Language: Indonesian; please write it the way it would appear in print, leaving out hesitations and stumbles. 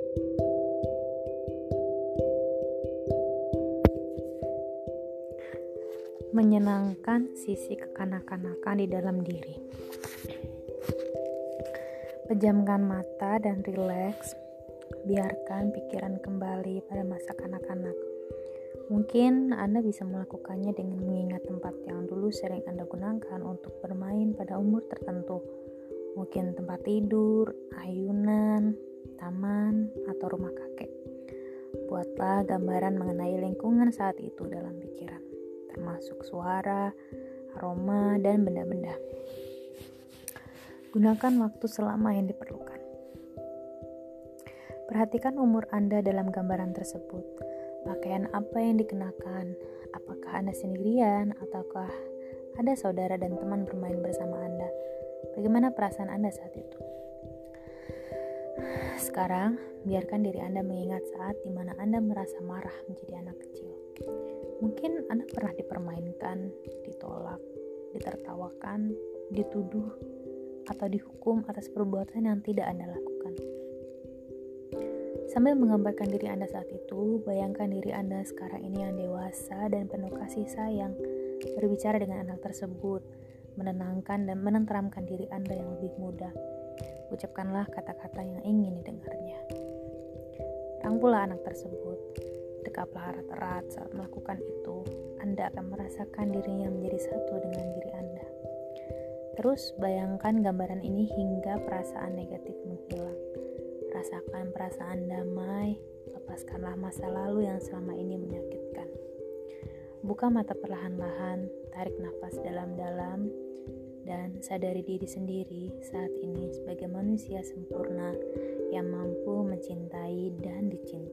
Menyenangkan sisi kekanak-kanakan di dalam diri. Pejamkan mata dan rileks. Biarkan pikiran kembali pada masa kanak-kanak. Mungkin Anda bisa melakukannya dengan mengingat tempat yang dulu sering Anda gunakan untuk bermain pada umur tertentu. Mungkin tempat tidur, ayunan, taman, atau rumah kakek. Buatlah gambaran mengenai lingkungan saat itu dalam pikiran, termasuk suara, aroma, dan benda-benda. Gunakan waktu selama yang diperlukan. Perhatikan umur Anda dalam gambaran tersebut. Pakaian apa yang dikenakan? Apakah Anda sendirian ataukah ada saudara dan teman bermain bersama Anda? Bagaimana perasaan Anda saat itu? Sekarang, biarkan diri Anda mengingat saat di mana Anda merasa marah menjadi anak kecil. Mungkin Anda pernah dipermainkan, ditolak, ditertawakan, dituduh, atau dihukum atas perbuatan yang tidak Anda lakukan. Sambil menggambarkan diri Anda saat itu, bayangkan diri Anda sekarang ini yang dewasa dan penuh kasih sayang, berbicara dengan anak tersebut, menenangkan dan menenteramkan diri Anda yang lebih muda. Ucapkanlah kata-kata yang ingin didengarnya. Rangkullah anak tersebut. Dekaplah erat-erat saat melakukan itu. Anda akan merasakan dirinya menjadi satu dengan diri Anda. Terus bayangkan gambaran ini hingga perasaan negatif menghilang. Rasakan perasaan damai. Lepaskanlah masa lalu yang selama ini menyakitkan. Buka mata perlahan-lahan. Tarik nafas dalam-dalam. Dan sadari diri sendiri saat ini sebagai manusia sempurna yang mampu mencintai dan dicintai.